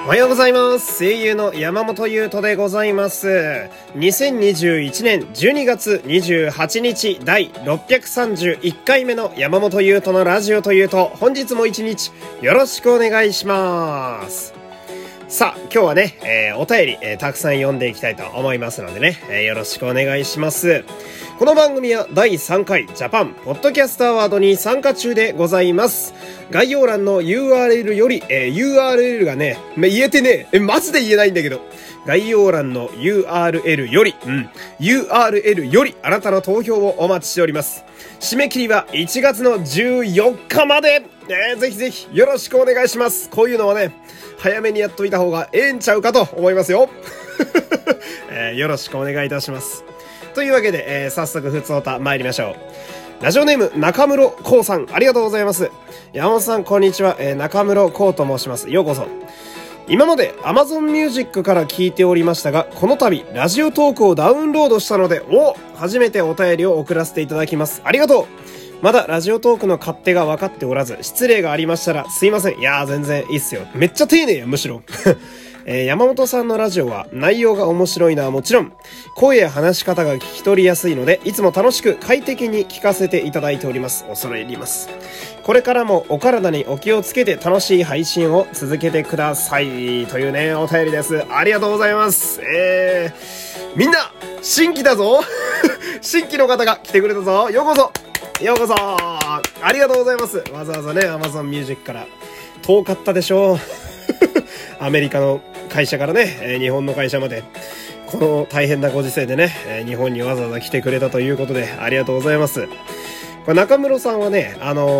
おはようございます。声優の山本優斗でございます。2021年12月28日第631回目の山本優斗のラジオというと、本日も一日よろしくお願いします。さあ、今日はね、お便り、たくさん読んでいきたいと思いますのでね、よろしくお願いします。この番組は第3回ジャパンポッドキャストアワードに参加中でございます。概要欄の URL より、URL がね、言えてねマジで言えないんだけど、概要欄の URL より、URL よりあなたの投票をお待ちしております。締め切りは1月の14日まで、ぜひぜひよろしくお願いします。こういうのはね、早めにやっといた方がええんちゃうかと思いますよ。よろしくお願いいたします。というわけで、早速ふつおた参りましょう。ラジオネーム中室光さん、ありがとうございます。山本さんこんにちは、中室光と申します。ようこそ。今まで Amazon Music から聞いておりましたが、この度ラジオトークをダウンロードしたので、初めてお便りを送らせていただきます。ありがとう。まだラジオトークの勝手が分かっておらず、失礼がありましたらすいません。いやー全然いいっすよ。めっちゃ丁寧や、むしろ。山本さんのラジオは内容が面白いのはもちろん、声や話し方が聞き取りやすいので、いつも楽しく快適に聞かせていただいております。恐れ入ります。これからもお体にお気をつけて楽しい配信を続けてください。というね、お便りです。ありがとうございます。みんな、新規だぞ新規の方が来てくれたぞ。ようこそようこそ、ありがとうございます。わざわざね、Amazon Music から。遠かったでしょう。アメリカの会社からね、日本の会社まで、この大変なご時世でね、日本にわざわざ来てくれたということで、ありがとうございます。これ中室さんはね、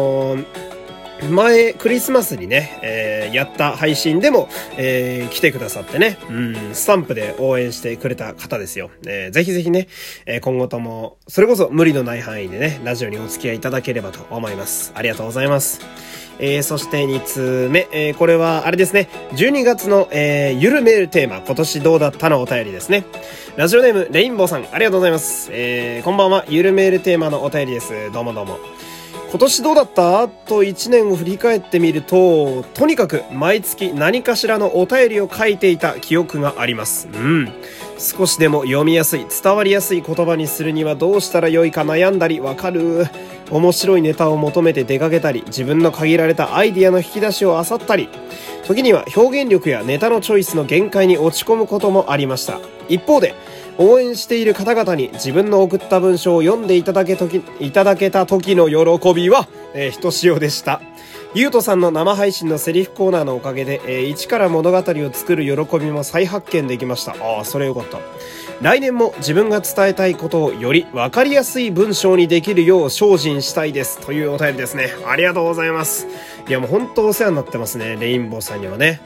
前クリスマスにね、やった配信でも、来てくださってね、スタンプで応援してくれた方ですよ。ぜひぜひね、今後ともそれこそ無理のない範囲でね、ラジオにお付き合いいただければと思います。ありがとうございます。そして2通目、これはあれですね、12月の、ゆるメールテーマ、今年どうだったのお便りですね。ラジオネームレインボーさん、ありがとうございます。こんばんは、ゆるメールテーマのお便りです。どうもどうも。今年どうだったと1年を振り返ってみると、とにかく毎月何かしらのお便りを書いていた記憶があります。少しでも読みやすい、伝わりやすい言葉にするにはどうしたらよいか悩んだり、わかる。面白いネタを求めて出かけたり、自分の限られたアイディアの引き出しを漁ったり、時には表現力やネタのチョイスの限界に落ち込むこともありました。一方で、応援している方々に自分の送った文章を読んでいただけた時の喜びは、ひとしおでした。ゆうとさんの生配信のセリフコーナーのおかげで、一から物語を作る喜びも再発見できました。それよかった。来年も自分が伝えたいことをより分かりやすい文章にできるよう精進したいですというお便りですね。ありがとうございます。いやもう本当お世話になってますね、レインボーさんにはね。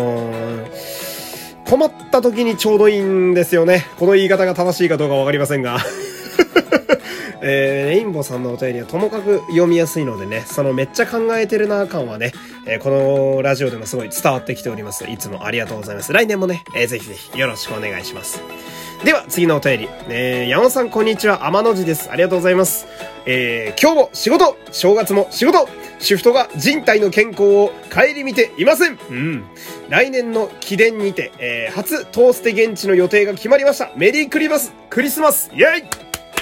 困った時にちょうどいいんですよね。この言い方が正しいかどうかわかりませんがレインボーさんのお便りはともかく読みやすいのでね、そのめっちゃ考えてるな感はね、このラジオでもすごい伝わってきております。いつもありがとうございます。来年もね、ぜひぜひよろしくお願いします。では次のお便り、山本さんこんにちは、天の字です。ありがとうございます。今日も仕事、正月も仕事、シフトが人体の健康を顧みていません。来年の記念にて、初トーステ現地の予定が決まりました。メリークリスマスイエイ。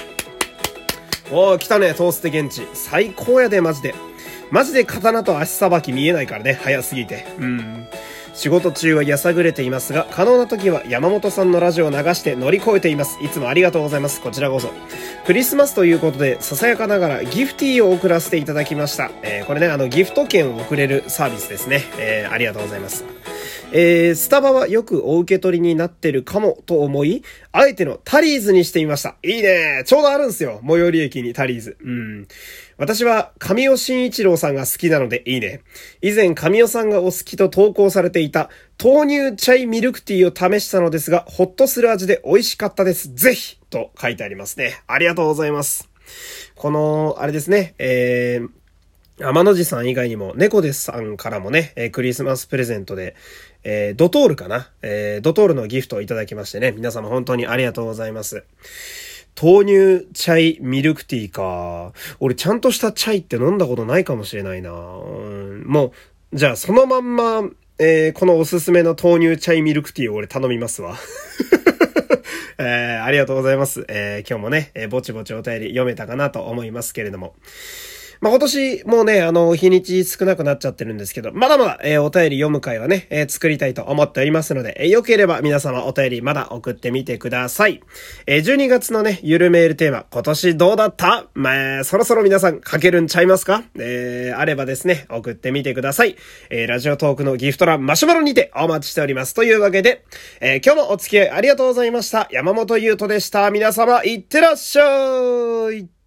来たね、トーステ現地。最高やで、マジで刀と足さばき見えないからね、早すぎて。仕事中はやさぐれていますが、可能な時は山本さんのラジオを流して乗り越えています。いつもありがとうございます。こちらこそ。クリスマスということで、ささやかながらギフティーを送らせていただきました。これね、ギフト券を送れるサービスですね。ありがとうございます。スタバはよくお受け取りになってるかもと思い、あえてのタリーズにしてみました。いいね。ちょうどあるんすよ。最寄り駅にタリーズ。私は神尾慎一郎さんが好きなのでいいね。以前神尾さんがお好きと投稿されていた豆乳チャイミルクティーを試したのですが、ホッとする味で美味しかったです。ぜひと書いてありますね。ありがとうございます。この、あれですね、天の字さん以外にも、猫ですさんからもね、クリスマスプレゼントで、ドトールかな、ドトールのギフトをいただきましてね、皆様本当にありがとうございます。豆乳チャイミルクティーか。俺ちゃんとしたチャイって飲んだことないかもしれないな。もう、じゃあそのまんまこのおすすめの豆乳チャイミルクティーを俺頼みますわ。ありがとうございます。今日もね、ぼちぼちお便り読めたかなと思いますけれども。今年もうね、日にち少なくなっちゃってるんですけど、まだまだ、お便り読む会はね、作りたいと思っておりますので、よければ皆様お便りまだ送ってみてください。12月のね、ゆるメールテーマ、今年どうだった？そろそろ皆さん書けるんちゃいますか？あればですね、送ってみてください。ラジオトークのギフト欄マシュマロにてお待ちしております。というわけで、今日もお付き合いありがとうございました。山本優斗でした。皆様、いってらっしゃい。